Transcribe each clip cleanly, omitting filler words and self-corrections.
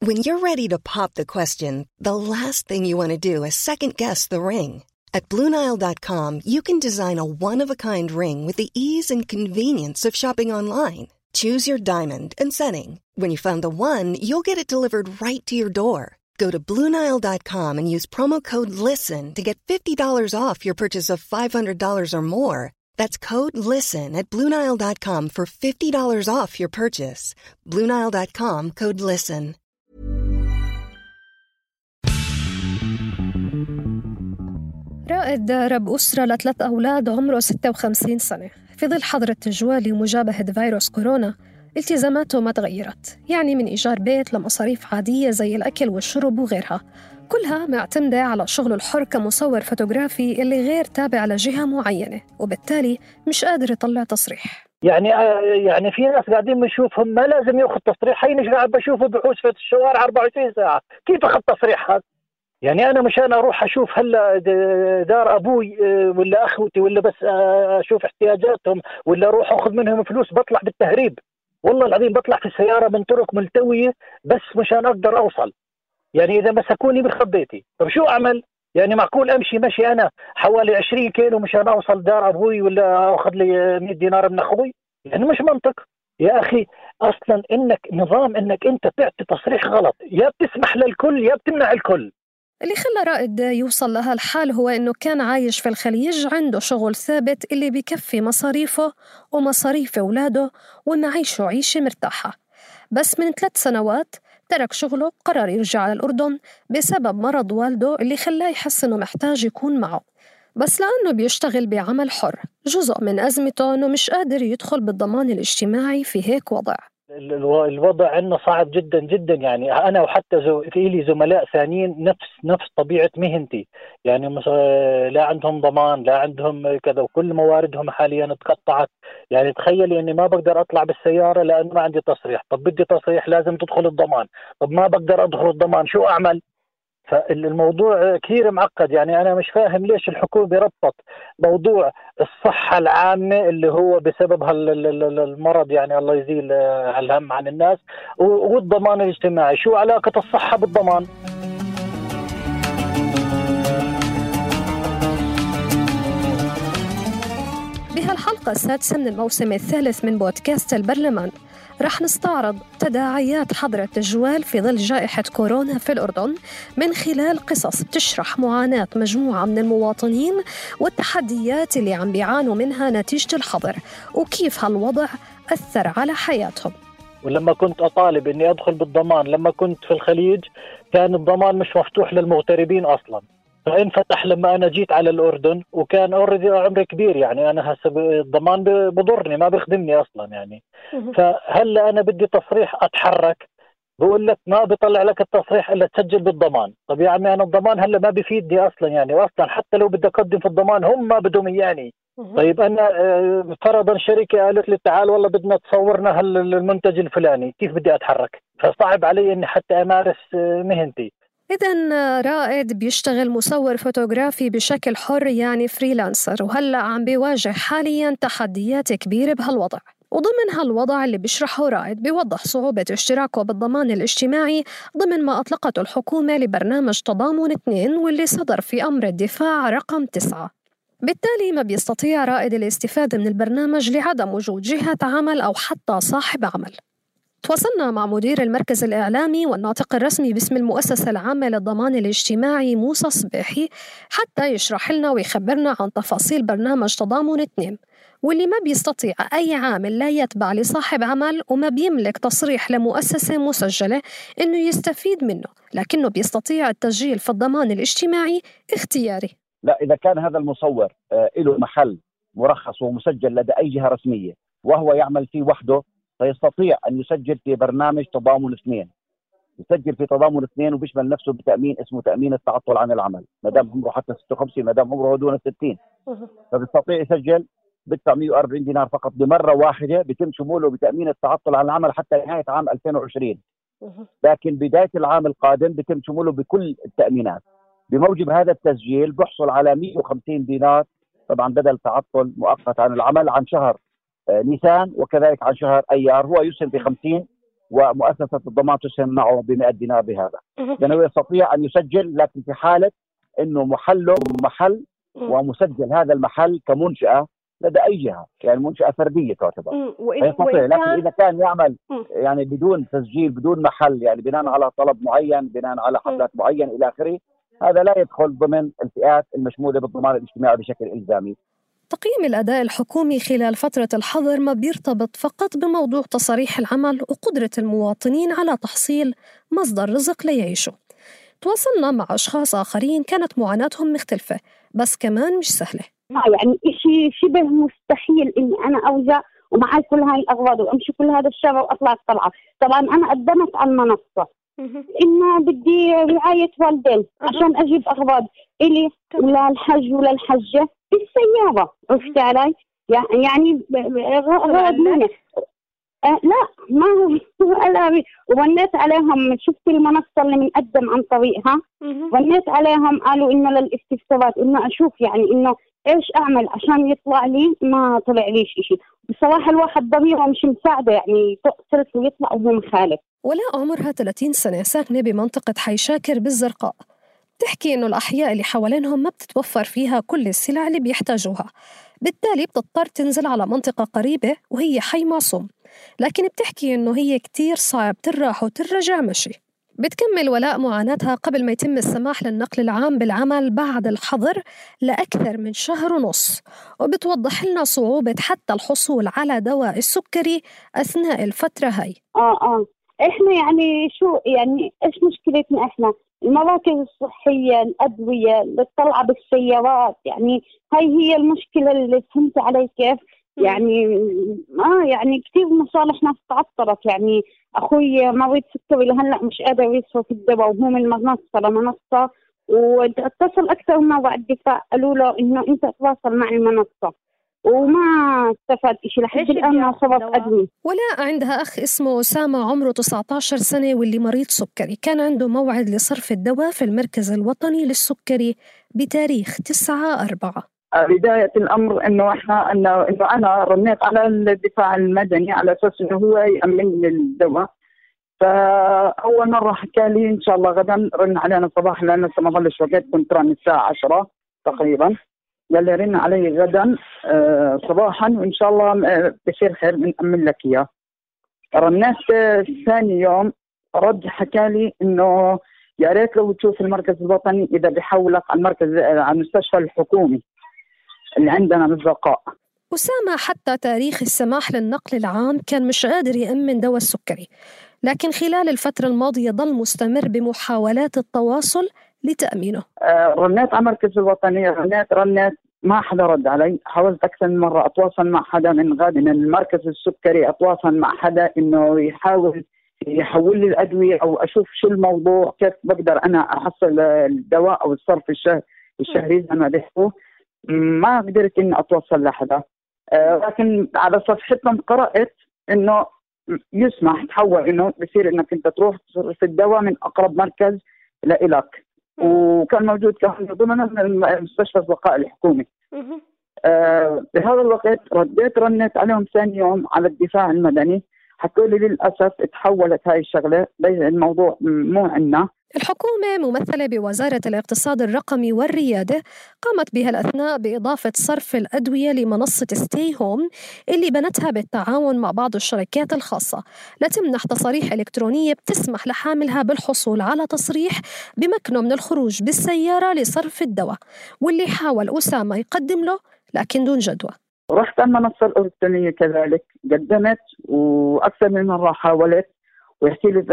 When you're ready to pop the question, the last thing you want to do is second-guess the ring. At BlueNile.com, you can design a one-of-a-kind ring with the ease and convenience of shopping online. Choose your diamond and setting. When you find the one, you'll get it delivered right to your door. Go to BlueNile.com and use promo code LISTEN to get $50 off your purchase of $500 or more. That's code LISTEN at BlueNile.com for $50 off your purchase. BlueNile.com, code LISTEN. رائد رب أسرة ل3 أولاد عمره 56 سنة. في ظل حظر التجوال لمجابهة فيروس كورونا، التزاماته ما تغيرت، يعني من إيجار بيت لمصاريف عادية زي الأكل والشرب وغيرها، كلها معتمدة على شغله الحر كمصور فوتوغرافي اللي غير تابع لجهة معينة، وبالتالي مش قادر يطلع تصريح. يعني في ناس قاعدين بنشوفهم ما لازم ياخذ تصريح، هينش قاعد بشوفه بحوس في الشوارع 24 ساعة، كيف أخذ تصريح هذا؟ يعني أنا مشان أروح أشوف هلا دار أبوي ولا أخوتي ولا بس أشوف احتياجاتهم ولا أروح أخذ منهم فلوس بطلع بالتهريب، والله العظيم بطلع في السيارة من طرق ملتوية بس مشان أقدر أوصل. يعني إذا مسكوني بخبيتي طب شو أعمل؟ يعني معقول أمشي مشي أنا حوالي 20 كيلو مشان أوصل دار أبوي ولا أخذ لي 100 دينار من أخوي؟ يعني مش منطق يا أخي. أصلا إنك نظام إنك أنت تعطي تصريح غلط، يا بتسمح للكل يا بتمنع الكل. اللي خلى رائد يوصل لهالحال هو إنه كان عايش في الخليج، عنده شغل ثابت اللي بيكفي مصاريفه ومصاريف أولاده ونعيشه عيشة مرتاحة. بس من 3 سنوات ترك شغله، قرر يرجع على الأردن بسبب مرض والده اللي خلاه يحس إنه محتاج يكون معه. بس لأنه بيشتغل بعمل حر، جزء من أزمته إنه مش قادر يدخل بالضمان الاجتماعي في هيك وضع. الوضع عندنا صعب جدا جدا، يعني أنا وحتى لي زملاء ثانيين نفس طبيعة مهنتي، يعني لا عندهم ضمان لا عندهم كذا، وكل مواردهم حاليا تقطعت. يعني تخيلي أني ما بقدر أطلع بالسيارة لأنه ما عندي تصريح، طب بدي تصريح لازم تدخل الضمان، طب ما بقدر أدخل الضمان شو أعمل؟ فالموضوع كثير معقد. يعني أنا مش فاهم ليش الحكومة بربط موضوع الصحة العامة اللي هو بسبب المرض، يعني الله يزيل الهم عن الناس، والضمان الاجتماعي. شو علاقة الصحة بالضمان؟ بهالحلقة السادسة من الموسم الثالث من بودكاست البرلمان رح نستعرض تداعيات حظر التجوال في ظل جائحة كورونا في الأردن من خلال قصص بتشرح معاناة مجموعة من المواطنين والتحديات اللي عم بيعانوا منها نتيجة الحظر، وكيف هالوضع أثر على حياتهم. ولما كنت أطالب إني أدخل بالضمان لما كنت في الخليج كان الضمان مش مفتوح للمغتربين أصلاً، فانفتح لما أنا جيت على الأردن وكان أوريدي عمري كبير، يعني أنا هسه الضمان بضرني ما بيخدمني أصلا يعني. فهلا أنا بدي تصريح أتحرك، بقول لك ما بيطلع لك التصريح إلا تسجل بالضمان. طب يا عمي أنا الضمان هلا ما بيفيدني أصلا يعني، وأصلا حتى لو بدي أقدم في الضمان هم ما بدهم يعني. طيب أنا فرضا شركة قالت لي تعال والله بدنا تصورنا المنتج الفلاني، كيف بدي أتحرك؟ فصعب علي إني حتى أمارس مهنتي. إذن رائد بيشتغل مصور فوتوغرافي بشكل حر، يعني فريلانسر، وهلأ عم بيواجه حالياً تحديات كبيرة بهالوضع. وضمن هالوضع اللي بيشرحه رائد بيوضح صعوبة اشتراكه بالضمان الاجتماعي ضمن ما أطلقته الحكومة لبرنامج تضامن 2 واللي صدر في أمر الدفاع رقم 9. بالتالي ما بيستطيع رائد الاستفادة من البرنامج لعدم وجود جهة عمل أو حتى صاحب عمل. تواصلنا مع مدير المركز الإعلامي والناطق الرسمي باسم المؤسسة العامة للضمان الاجتماعي موسى صباحي حتى يشرح لنا ويخبرنا عن تفاصيل برنامج تضامن 2 واللي ما بيستطيع أي عامل لا يتبع لصاحب عمل وما بيملك تصريح لمؤسسة مسجلة إنه يستفيد منه، لكنه بيستطيع التسجيل في الضمان الاجتماعي اختياري. لا، إذا كان هذا المصور له محل مرخص ومسجل لدى أي جهة رسمية وهو يعمل فيه وحده فيستطيع أن يسجل في برنامج تضامن 2. يسجل في تضامن 2 وبيشمل نفسه بتأمين اسمه تأمين التعطل عن العمل، ما دام عمره حتى 56، ما دام عمره دون 60 فبيستطيع يسجل بدفع 140 دينار فقط بمرة واحدة، بيتم شموله بتأمين التعطل عن العمل حتى نهاية عام 2020. لكن بداية العام القادم بيتم شموله بكل التأمينات. بموجب هذا التسجيل بحصل على 150 دينار طبعا بدل تعطل مؤقت عن العمل عن شهر نيسان، وكذلك عن شهر أيار. هو يسهم ب 50 ومؤسسة الضمان تسهم معه ب100 دينار بهذا، لأنه يستطيع أن يسجل، لكن في حالة أنه محله محل ومسجل هذا المحل كمنشأة لدى أي جهة، يعني منشأة فردية تعتبر، فيستطيع. لكن إذا كان يعمل يعني بدون تسجيل بدون محل، يعني بناء على طلب معين، بناء على حفلات معين إلى آخره، هذا لا يدخل ضمن الفئات المشمولة بالضمان الاجتماعي بشكل إلزامي. تقييم الأداء الحكومي خلال فترة الحظر ما بيرتبط فقط بموضوع تصاريح العمل وقدرة المواطنين على تحصيل مصدر رزق ليعيشوا. تواصلنا مع أشخاص آخرين كانت معاناتهم مختلفة بس كمان مش سهلة. يعني إشي شبه مستحيل إني أنا أوجع ومعي كل هاي الأغراض وأمشي كل هذا الشارع وأطلع الطلعة. طبعا أنا قدمت على المنصة إنه بدي رعاية والدين عشان أجيب أغراض إلي ولا الحج ولا الحجة بالسيارة، عرفت علي؟ يعني غرض مني. لا ما هو ألابي. وبنيت عليهم، شفت المنصة اللي بنقدم عن طريقها، بنيت عليهم قالوا إنه للاستفسارات إنه أشوف يعني إنه إيش أعمل عشان يطلع لي، ما طلع ليش إشي. بصراحة الواحد ضميره مش مساعده، يعني تقتل ويطلع وهو مخالف. ولاء عمرها 30 سنة، ساكنة بمنطقة حي شاكر بالزرقاء. بتحكي إنه الأحياء اللي حوالينهم ما بتتوفر فيها كل السلع اللي بيحتاجوها، بالتالي بتضطر تنزل على منطقة قريبة وهي حي معصوم، لكن بتحكي إنه هي كتير صعب تروح وترجع مشي. بتكمل ولاء معاناتها قبل ما يتم السماح للنقل العام بالعمل بعد الحظر لأكثر من شهر ونص، وبتوضح لنا صعوبة حتى الحصول على دواء السكري أثناء الفترة هاي. إحنا يعني شو يعني إيش مشكلتنا إحنا؟ المراكز الصحية، الأدوية اللي تطلع بالسيارات، يعني هاي هي المشكلة اللي فهمت علي كيف؟ يعني يعني كثير مصالح ناس تعطلت. يعني أخوي مريض سكري لهلا مش قادر يصرف الدواء وهو من منصة لمنصة، واتصل أكثر من مرة الدفاع قالوا له إنه أنت تواصل مع المنصة وما استفاد إشي لحد الآن ما صرف أدوية. ولاء عندها أخ اسمه أسامة عمره 19 سنة واللي مريض سكري، كان عنده موعد لصرف الدواء في المركز الوطني للسكري بتاريخ 9/4. بداية الأمر إنه أنا رنيت على الدفاع المدني على أساس إنه هو يأمن الدواء، فأول مرة حكى لي إن شاء الله غدا رن علينا صباحا، لأن لسه ما ظلش وقت، كنت رن الساعة 10 تقريبا، قال لي رن علي غدا صباحا وإن شاء الله بصير خير بنأمن لك إياه. رنيت ثاني يوم رد حكى لي إنه يا ريت لو تشوف المركز الوطني إذا بيحولك على المستشفى الحكومي اللي عندنا بالزرقاء. أسامة حتى تاريخ السماح للنقل العام كان مش قادر يأمن دواء السكري، لكن خلال الفترة الماضية ظل مستمر بمحاولات التواصل لتأمينه. رنيت على المركز الوطني، رنيت ما حدا رد علي. حاولت أكثر من مرة أتواصل مع حدا من المركز السكري، أتواصل مع حدا إنه يحاول يحول لي الأدوية أو أشوف شو الموضوع، كيف بقدر أنا أحصل الدواء أو الصرف الشهري زي ما بيحكوا. ما قدرت إني أتواصل لحدا، لكن على صفحتهم قرأت إنه يسمح تحول، إنه بصير إنك أنت تروح تصرف الدواء من أقرب مركز لإلك، وكان موجود كمان ضمن المستشفى الزرقاء الحكومي. بهذا الوقت رنيت عليهم ثاني يوم على الدفاع المدني، حكوا لي للأسف تحولت هاي الشغلة، الموضوع مو عنا. الحكومة ممثلة بوزارة الاقتصاد الرقمي والريادة قامت بها الأثناء بإضافة صرف الأدوية لمنصة ستي هوم اللي بنتها بالتعاون مع بعض الشركات الخاصة لتمنح تصاريح إلكترونية بتسمح لحاملها بالحصول على تصريح بمكنه من الخروج بالسيارة لصرف الدواء، واللي حاول أسامة يقدم له لكن دون جدوى. رحت المنصة الإلكترونية كذلك، قدمت وأكثر من مرة حاولت ويحكي لي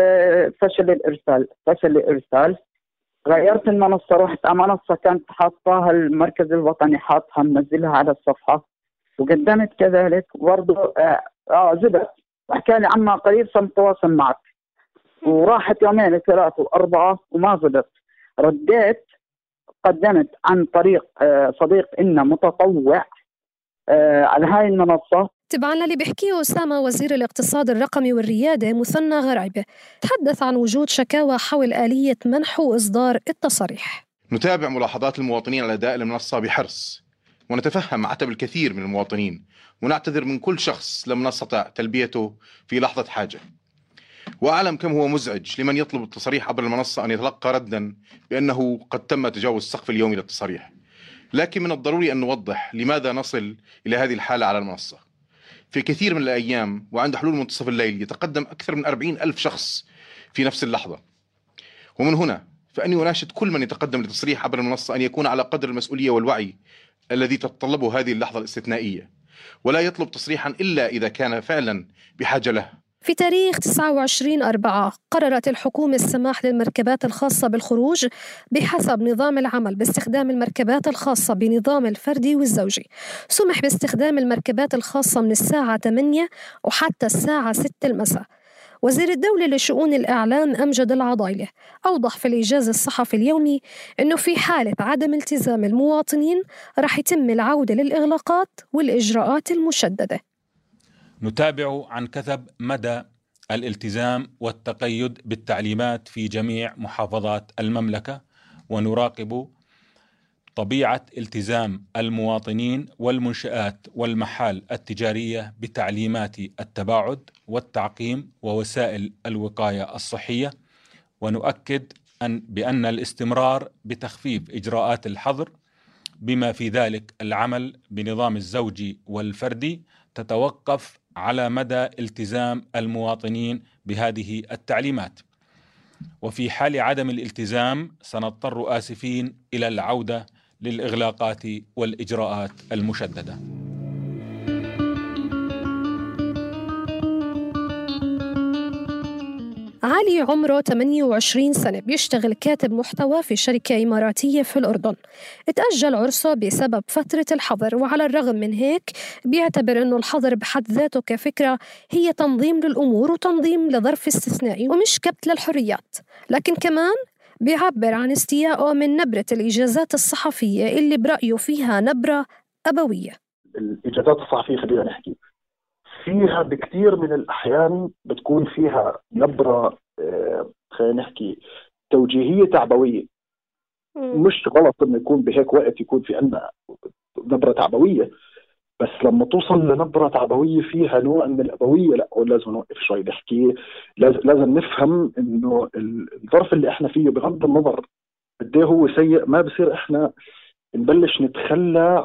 فشل الإرسال. غيرت المنصة، رحت على منصة كانت حاطاها المركز الوطني، حاطها منزلها على الصفحة، وقدمت كذلك برضه زبط. وحكى لي عما قريب سنتواصل معك، وراحت يومين 3 و4 وما زبط. رديت قدمت عن طريق صديق إنه متطوع على هاي المنصة. تبعاً للي بيحكيه أسامة وزير الاقتصاد الرقمي والريادة مثنى غرايبة، تحدث عن وجود شكاوى حول آلية منح وإصدار التصاريح. نتابع ملاحظات المواطنين على أداء المنصة بحرص، ونتفهم عتب الكثير من المواطنين، ونعتذر من كل شخص لم نستطع تلبيته في لحظة حاجة. وأعلم كم هو مزعج لمن يطلب التصريح عبر المنصة أن يتلقى ردا بأنه قد تم تجاوز السقف اليومي للتصاريح. لكن من الضروري أن نوضح لماذا نصل إلى هذه الحالة على المنصة. في كثير من الأيام وعند حلول منتصف الليل يتقدم أكثر من 40,000 شخص في نفس اللحظة. ومن هنا فأني أناشد كل من يتقدم لتصريح عبر المنصة أن يكون على قدر المسؤولية والوعي الذي تتطلبه هذه اللحظة الاستثنائية، ولا يطلب تصريحا إلا إذا كان فعلا بحاجة له. في تاريخ 29/4 قررت الحكومة السماح للمركبات الخاصة بالخروج بحسب نظام العمل باستخدام المركبات الخاصة بنظام الفردي والزوجي. سمح باستخدام المركبات الخاصة من الساعة 8 وحتى الساعة 6 المساء. وزير الدولة لشؤون الإعلام أمجد العضايلة أوضح في الإيجاز الصحفي اليومي أنه في حالة عدم التزام المواطنين رح يتم العودة للإغلاقات والإجراءات المشددة. نتابع عن كثب مدى الالتزام والتقيد بالتعليمات في جميع محافظات المملكة، ونراقب طبيعة التزام المواطنين والمنشآت والمحال التجارية بتعليمات التباعد والتعقيم ووسائل الوقاية الصحية، ونؤكد بأن الاستمرار بتخفيف إجراءات الحظر بما في ذلك العمل بنظام الزوجي والفردي تتوقف على مدى التزام المواطنين بهذه التعليمات. وفي حال عدم الالتزام سنضطر آسفين إلى العودة للإغلاقات والإجراءات المشددة. علي عمره 28 سنة، بيشتغل كاتب محتوى في شركة إماراتية في الأردن. اتأجل عرسه بسبب فترة الحظر، وعلى الرغم من هيك بيعتبر أنه الحظر بحد ذاته كفكرة هي تنظيم للأمور وتنظيم لظرف استثنائي ومش كبت للحريات، لكن كمان بيعبر عن استيائه من نبرة الإجازات الصحفية اللي برأيه فيها نبرة أبوية. الإجازات الصحفية خلينا نحكي فيها بكثير من الأحيان بتكون فيها نبرة خلينا نحكي توجيهية تعبوية. مش غلط إنه يكون بهيك وقت يكون في عنا نبرة تعبوية، بس لما توصل لنبرة تعبوية فيها نوع من الأبوية لا لازم نوقف شوي نحكي. لازم نفهم إنه الظرف اللي إحنا فيه بغض النظر قد إيه هو سيء ما بصير إحنا نبلش نتخلى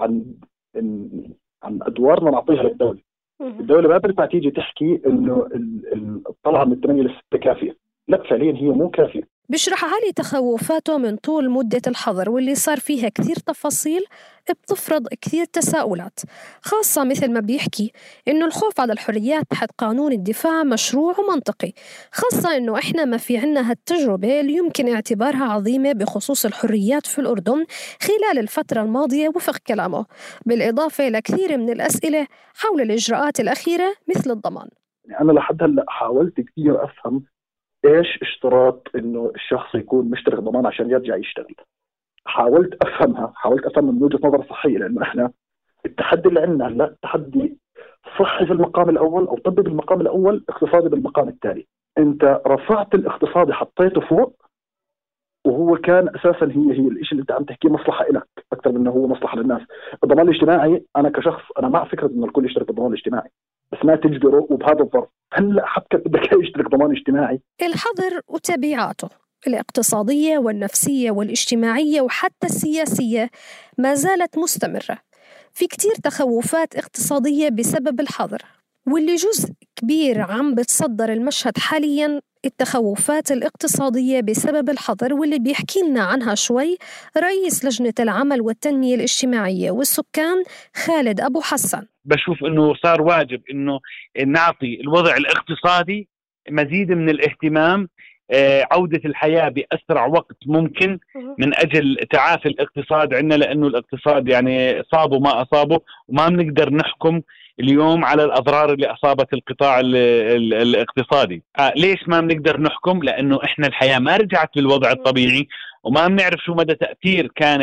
عن أدوارنا نعطيها للدولة. الدولة ما بتنفع تيجي تحكي إنه الطلعة من 8 ل6 كافية، لا فعليا هي مو كافية. بيشرح علي تخوفاته من طول مدة الحظر واللي صار فيها كثير تفاصيل بتفرض كثير تساؤلات، خاصة مثل ما بيحكي إنه الخوف على الحريات تحت قانون الدفاع مشروع ومنطقي، خاصة إنه إحنا ما في عنا هالتجربة اللي يمكن اعتبارها عظيمة بخصوص الحريات في الأردن خلال الفترة الماضية وفق كلامه، بالإضافة لكثير من الأسئلة حول الإجراءات الأخيرة مثل الضمان. أنا لحد هلأ حاولت كثير أفهم إيش اشتراط إنه الشخص يكون مشترك ضمان عشان يرجع يشتغل. حاولت أفهم من وجهة نظر صحية، لأنه إحنا التحدي اللي عندنا هلا تحدي صحي في المقام الأول أو طبي بالمقام الأول، اقتصادي بالمقام التالي. أنت رفعت الاقتصادي حطيته فوق، وهو كان أساسا هي الإشي اللي أنت عم تحكيه مصلحة إلك أكثر من إنه هو مصلحة للناس. الضمان الاجتماعي أنا كشخص أنا مع فكرة إنه الكل يشترك بالضمان الاجتماعي، بس ما تجبره وبهذا الظرف. هلا حتى بدك يشترك ضمان اجتماعي. الحظر وتبعاته الاقتصادية والنفسية والاجتماعية وحتى السياسية ما زالت مستمرة. في كتير تخوفات اقتصادية بسبب الحظر، واللي جزء كبير عم بتصدر المشهد حالياً التخوفات الاقتصادية بسبب الحظر، واللي بيحكي لنا عنها شوي رئيس لجنة العمل والتنمية الاجتماعية والسكان خالد أبو حسن. بشوف إنه صار واجب إنه نعطي الوضع الاقتصادي مزيد من الاهتمام، عودة الحياة بأسرع وقت ممكن من أجل تعافي الاقتصاد عندنا، لأنه الاقتصاد يعني صابه ما أصابه، وما بنقدر نحكم اليوم على الأضرار اللي أصابت القطاع الاقتصادي. ليش ما بنقدر نحكم؟ لأنه إحنا الحياة ما رجعت للوضع الطبيعي، وما بنعرف شو مدى تأثير كان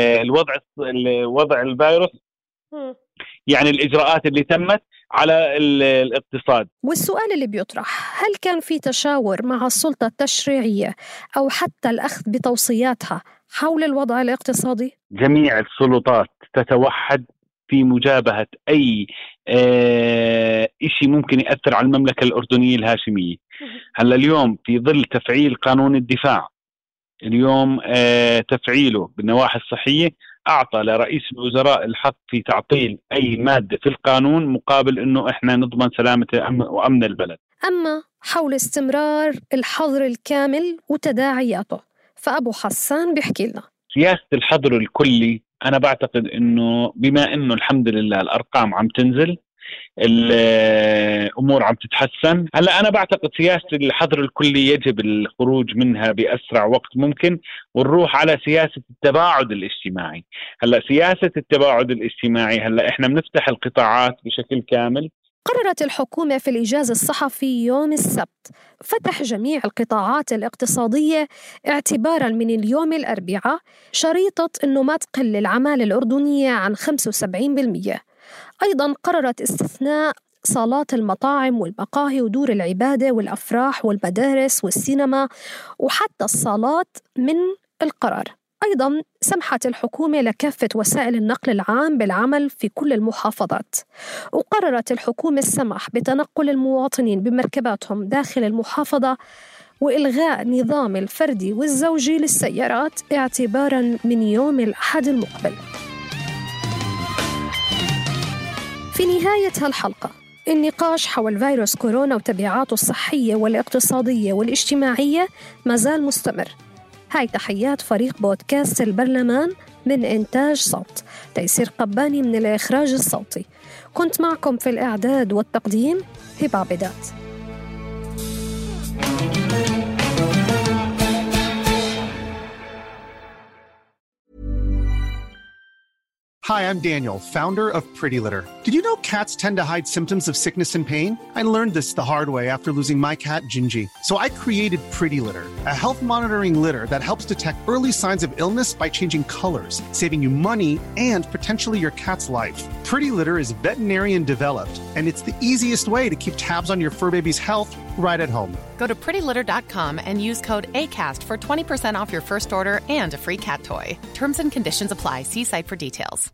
الوضع الفيروس، يعني الإجراءات اللي تمت على الاقتصاد. والسؤال اللي بيطرح، هل كان في تشاور مع السلطة التشريعية أو حتى الأخذ بتوصياتها حول الوضع الاقتصادي؟ جميع السلطات تتوحد في مجابهة أي إشي ممكن يأثر على المملكة الأردنية الهاشمية. هلا اليوم في ظل تفعيل قانون الدفاع، اليوم تفعيله بالنواحي الصحية أعطى لرئيس الوزراء الحق في تعطيل أي مادة في القانون مقابل أنه إحنا نضمن سلامة وأمن البلد. أما حول استمرار الحظر الكامل وتداعياته، فأبو حسان بيحكي لنا. سياسة الحظر الكلي أنا بعتقد أنه بما أنه الحمد لله الأرقام عم تنزل، الأمور عم تتحسن، هلأ أنا بعتقد سياسة الحظر الكلي يجب الخروج منها بأسرع وقت ممكن ونروح على سياسة التباعد الاجتماعي. هلأ سياسة التباعد الاجتماعي، هلأ إحنا بنفتح القطاعات بشكل كامل. قررت الحكومة في الإجازة الصحفي يوم السبت فتح جميع القطاعات الاقتصادية اعتباراً من اليوم الأربعاء، شريطة أنه ما تقل العمالة الأردنية عن 75%. أيضاً قررت استثناء صالات المطاعم والمقاهي ودور العبادة والأفراح والمدارس والسينما وحتى الصالات من القرار. أيضاً سمحت الحكومة لكافة وسائل النقل العام بالعمل في كل المحافظات، وقررت الحكومة السماح بتنقل المواطنين بمركباتهم داخل المحافظة وإلغاء نظام الفردي والزوجي للسيارات اعتباراً من يوم الأحد المقبل. في نهاية هالحلقة، النقاش حول فيروس كورونا وتبعاته الصحية والاقتصادية والاجتماعية ما زال مستمر. هاي تحيات فريق بودكاست البرلمان من إنتاج صوت، تيسير قباني من الإخراج الصوتي. كنت معكم في الإعداد والتقديم هبة عبيدات. Hi, I'm Daniel, founder of Pretty Litter. Did you know cats tend to hide symptoms of sickness and pain? I learned this the hard way after losing my cat, Gingy. So I created Pretty Litter, a health monitoring litter that helps detect early signs of illness by changing colors, saving you money and potentially your cat's life. Pretty Litter is veterinarian developed, and it's the easiest way to keep tabs on your fur baby's health right at home. Go to prettylitter.com and use code ACAST for 20% off your first order and a free cat toy. Terms and conditions apply. See site for details.